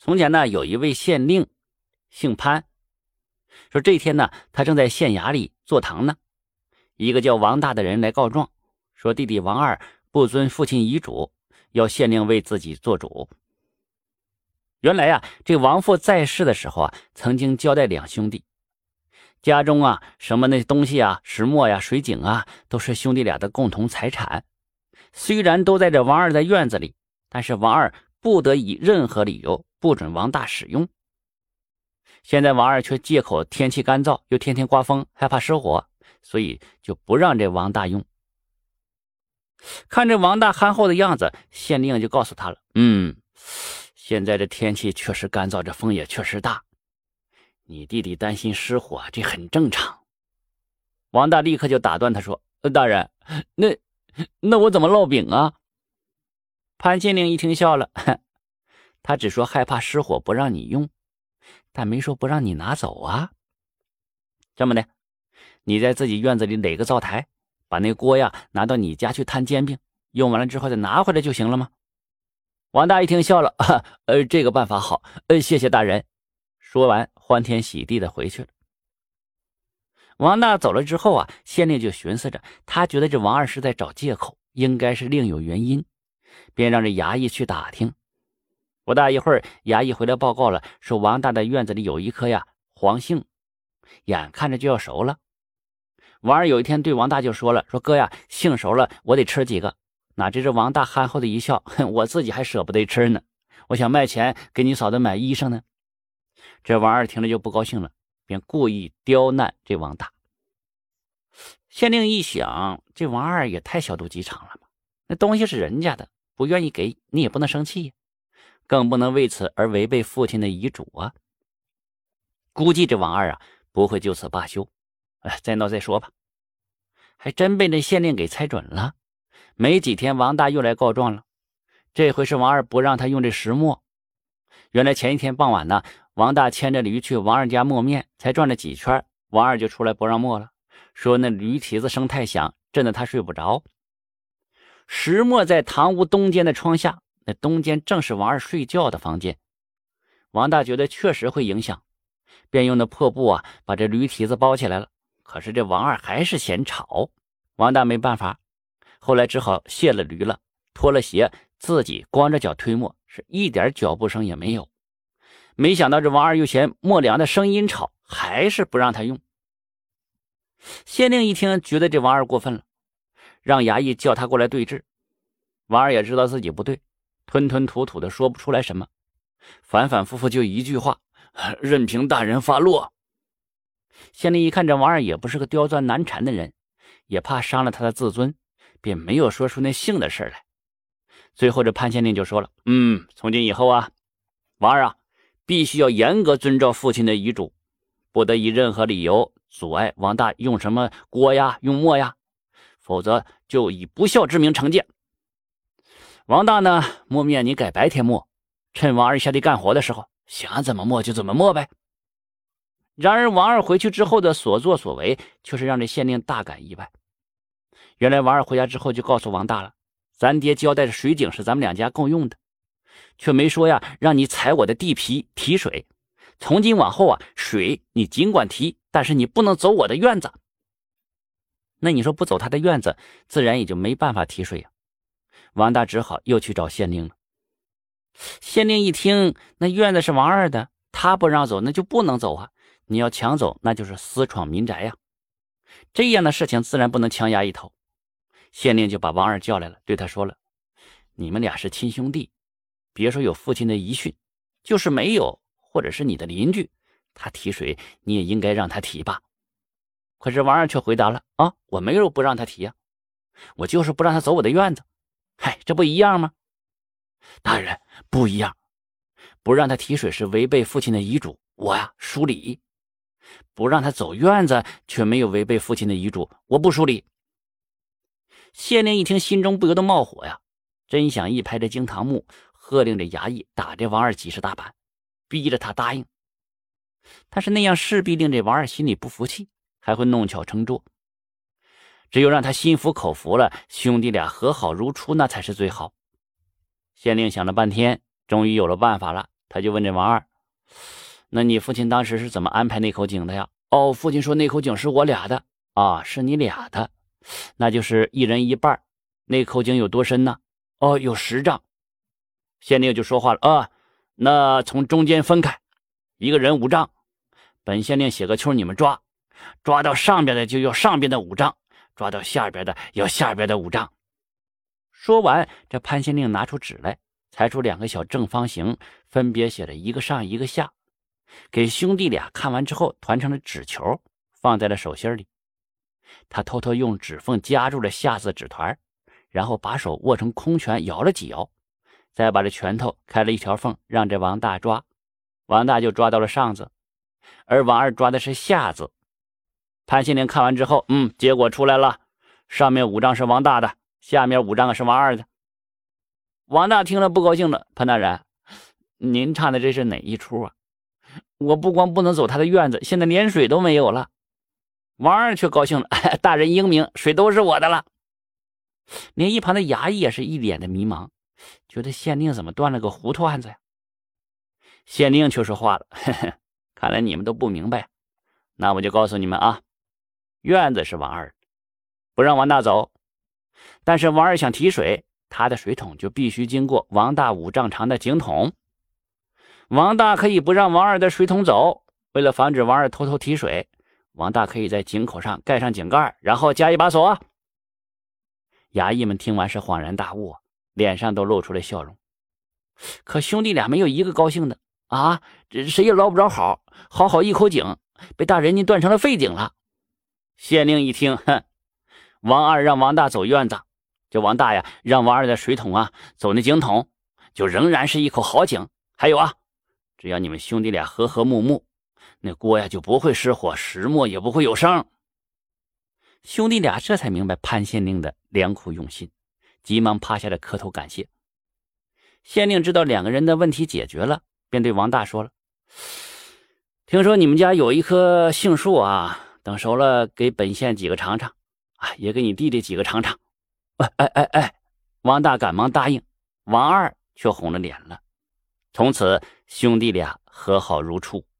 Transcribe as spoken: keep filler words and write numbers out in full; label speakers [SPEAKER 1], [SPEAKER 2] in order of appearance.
[SPEAKER 1] 从前呢，有一位县令，姓潘，说这天呢，他正在县衙里坐堂呢，一个叫王大的人来告状，说弟弟王二不遵父亲遗嘱，要县令为自己做主。原来啊，这王父在世的时候啊，曾经交代两兄弟，家中啊什么那东西啊，石磨呀、水井啊，都是兄弟俩的共同财产。虽然都在这王二的院子里，但是王二不得以任何理由不准王大使用。现在王二却借口天气干燥，又天天刮风，害怕失火，所以就不让这王大用。看着王大憨厚的样子，县令就告诉他了，嗯，现在这天气确实干燥，这风也确实大，你弟弟担心失火，这很正常。王大立刻就打断他说，大人，那那我怎么烙饼啊？潘县令一听笑了，他只说害怕失火不让你用，但没说不让你拿走啊。这么的，你在自己院子里垒个灶台，把那锅呀拿到你家去摊煎饼，用完了之后再拿回来就行了吗？王大一听笑了，呃，这个办法好，呃，谢谢大人。说完，欢天喜地的回去了。王大走了之后啊，县令就寻思着，他觉得这王二是在找借口，应该是另有原因，便让这衙役去打听。不大一会儿，衙役回来报告了，说王大的院子里有一棵呀黄杏，眼看着就要熟了。王二有一天对王大就说了，说哥呀，杏熟了，我得吃几个。哪知这王大憨厚的一笑，我自己还舍不得吃呢，我想卖钱给你嫂子买衣裳呢。这王二听了就不高兴了，便故意刁难这王大。县令一想，这王二也太小肚鸡肠了吧，那东西是人家的，不愿意给你也不能生气，更不能为此而违背父亲的遗嘱啊。估计这王二啊不会就此罢休，哎，再闹再说吧。还真被那县令给猜准了。没几天，王大又来告状了，这回是王二不让他用这石磨。原来前一天傍晚呢，王大牵着驴去王二家磨面，才转了几圈，王二就出来不让磨了，说那驴蹄子声太响，震得他睡不着。石磨在堂屋东间的窗下，那东间正是王二睡觉的房间。王大觉得确实会影响，便用那破布啊把这驴蹄子包起来了。可是这王二还是嫌吵，王大没办法，后来只好卸了驴了，脱了鞋，自己光着脚推磨，是一点脚步声也没有。没想到这王二又嫌磨凉的声音吵，还是不让他用。县令一听，觉得这王二过分了，让衙役叫他过来对质。王二也知道自己不对，吞吞吐吐的说不出来什么，反反复复就一句话，任凭大人发落。县令一看这王二也不是个刁钻难缠的人，也怕伤了他的自尊，便没有说出那姓的事来。最后这潘县令就说了，嗯，从今以后啊，王二啊必须要严格遵照父亲的遗嘱，不得以任何理由阻碍王大用什么锅呀用磨呀，否则就以不孝之名惩戒。王大呢磨面你改白天磨，趁王二下地干活的时候，想怎么磨就怎么磨呗。然而王二回去之后的所作所为却是让这县令大感意外。原来王二回家之后就告诉王大了，咱爹交代的水井是咱们两家共用的，却没说呀让你踩我的地皮提水，从今往后啊，水你尽管提，但是你不能走我的院子。那你说不走他的院子，自然也就没办法提水呀。王大只好又去找县令了。县令一听，那院子是王二的，他不让走那就不能走啊，你要抢走那就是私闯民宅呀，这样的事情自然不能强压一头。县令就把王二叫来了，对他说了，你们俩是亲兄弟，别说有父亲的遗训，就是没有，或者是你的邻居，他提水你也应该让他提吧。可是王二却回答了，啊，我没有不让他提啊，我就是不让他走我的院子。嗨，这不一样吗？大人，不一样，不让他提水是违背父亲的遗嘱，我呀疏礼；不让他走院子却没有违背父亲的遗嘱，我不疏礼。县令一听，心中不由得冒火呀，真想一拍这惊堂木，喝令这衙役打这王二几十大板，逼着他答应。但是那样势必令这王二心里不服气，还会弄巧成拙。只有让他心服口服了，兄弟俩和好如初，那才是最好。县令想了半天，终于有了办法了， 他就问这王二：“那你父亲当时是怎么安排那口井的呀？”“哦，父亲说那口井是我俩的。”“啊，是你俩的，那就是一人一半。那口井有多深呢？”“哦，有十丈。”县令就说话了：“啊，那从中间分开，一个人五丈。本县令写个丘，你们抓，抓到上边的就要上边的五丈，抓到下边的要下边的五丈。”说完，这潘县令拿出纸来，裁出两个小正方形，分别写了一个上一个下，给兄弟俩看完之后，团成了纸球，放在了手心里。他偷偷用指缝夹住了下字纸团，然后把手握成空拳，摇了几摇，再把这拳头开了一条缝，让这王大抓。王大就抓到了上字，而王二抓的是下字。潘县令看完之后，嗯，结果出来了，上面五丈是王大的，下面五丈是王二的。王大听了不高兴了：“潘大人，您唱的这是哪一出啊？我不光不能走他的院子，现在连水都没有了。”王二却高兴了：“哎，大人英明，水都是我的了。”连一旁的衙役也是一脸的迷茫，觉得县令怎么断了个糊涂案子呀？县令却说话了：“呵呵，看来你们都不明白，那我就告诉你们啊，院子是王二的，不让王大走。但是王二想提水，他的水桶就必须经过王大五丈长的井筒。王大可以不让王二的水桶走，为了防止王二偷偷提水，王大可以在井口上盖上井盖，然后加一把锁。”衙役们听完是恍然大悟，脸上都露出了笑容。可兄弟俩没有一个高兴的啊！这谁也捞不着好，好好一口井被大人家断成了废井了。县令一听，哼，王二让王大走院子，这王大呀让王二的水桶啊走那井筒，就仍然是一口好井。还有啊，只要你们兄弟俩和和睦睦，那锅呀就不会失火，石磨也不会有声。兄弟俩这才明白潘县令的良苦用心，急忙趴下来磕头感谢。县令知道两个人的问题解决了，便对王大说了：“听说你们家有一棵杏树啊，等熟了给本县几个尝尝啊，也给你弟弟几个尝尝。”哎哎哎哎，王大赶忙答应，王二却红了脸了。从此兄弟俩和好如初。